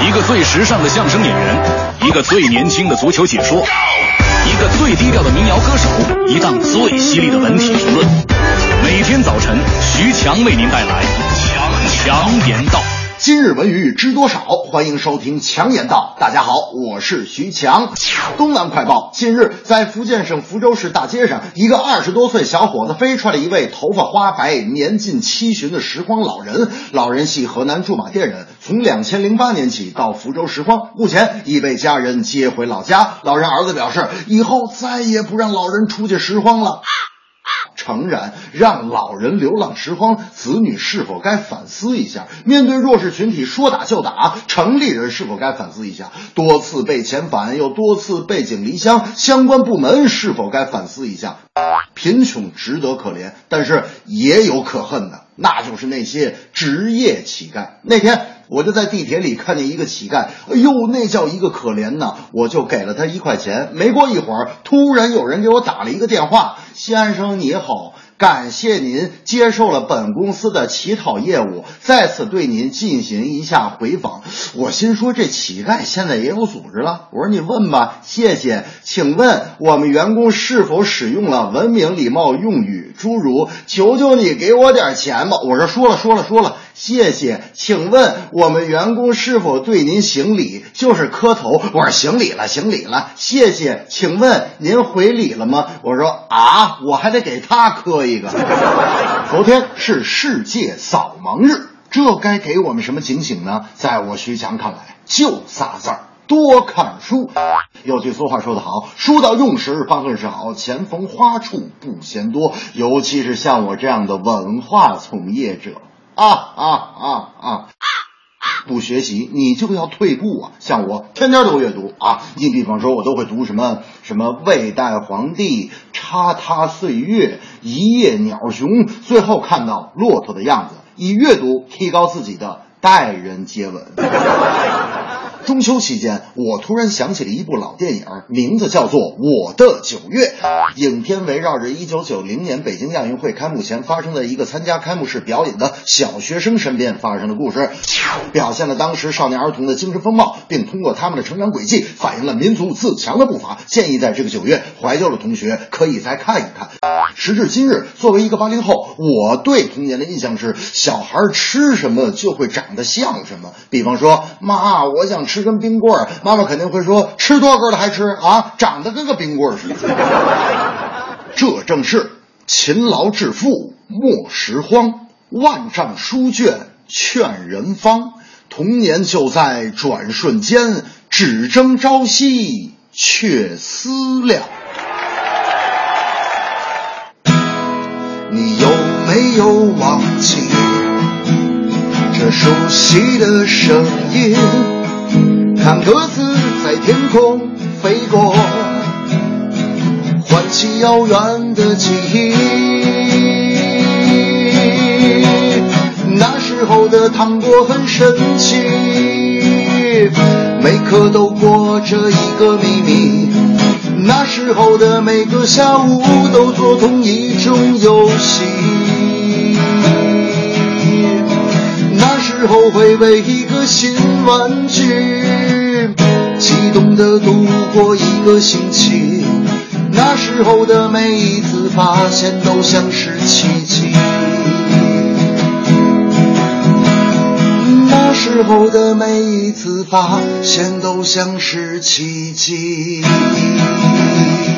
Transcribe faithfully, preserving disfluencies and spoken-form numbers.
一个最时尚的相声演员，一个最年轻的足球解说，一个最低调的民谣歌手，一档最犀利的文体评论。每天早晨，徐强为您带来强强言道。 今日文娱知多少？欢迎收听强言道。大家好，我是徐强。东南快报：近日，在福建省福州市大街上，一个二十多岁小伙子飞出了一位头发花白、年近七旬的拾荒老人。老人系河南驻马店人，从两千零八年起到福州拾荒，目前已被家人接回老家。老人儿子表示，以后再也不让老人出去拾荒了。诚然，让老人流浪拾荒，子女是否该反思一下？面对弱势群体说打就打，城里人是否该反思一下？多次被遣返又多次背井离乡，相关部门是否该反思一下？贫穷值得可怜，但是也有可恨的，那就是那些职业乞丐。那天我就在地铁里看见一个乞丐，哎呦，那叫一个可怜呐！我就给了他一块钱。没过一会儿，突然有人给我打了一个电话：“先生你好，感谢您接受了本公司的乞讨业务，在此对您进行一下回访。”我心说，这乞丐现在也有组织了。我说你问吧，谢谢。请问我们员工是否使用了文明礼貌用语，诸如求求你给我点钱吧？我说说了说了说了，谢谢。请问我们员工是否对您行礼，就是磕头？我说行礼了行礼了，谢谢。请问您回礼了吗？我说啊，我还得给他磕一个。昨天是世界扫盲日，这该给我们什么警醒呢？在我徐强看来，就仨字儿：多看书。有句俗话说得好，书到用时方恨是好，钱逢花处不嫌多。尤其是像我这样的文化从业者啊啊啊啊！不学习你就要退步啊！像我天天都阅读啊，你比方说我都会读什么什么魏代皇帝、插他岁月、一夜鸟熊，最后看到骆驼的样子，以阅读提高自己的待人接吻。中秋期间，我突然想起了一部老电影，名字叫做《我的九月》。影片围绕着一九九零年北京亚运会开幕前发生的一个参加开幕式表演的小学生身边发生的故事，表现了当时少年儿童的精神风貌，并通过他们的成长轨迹反映了民族自强的步伐。建议在这个九月怀旧的同学可以再看一看。时至今日，作为一个八零后，我对童年的印象是小孩吃什么就会长得像什么。比方说，妈，我想吃根冰棍儿，妈妈肯定会说，吃多根了还吃啊，长得跟个冰棍儿似的。这正是勤劳致富莫拾荒，万丈书卷劝人方，童年就在转瞬间，只争朝夕却思量。你有没有忘记这熟悉的声音？看鸽子在天空飞过，唤起遥远的记忆。那时候的糖果很神奇，每颗都裹着一个秘密。那时候的每个下午都做同一种游戏。那时候会为一个新玩具激动地度过一个星期。那时候的每一次发现都像是奇迹。那时候的每一次发现都像是奇迹。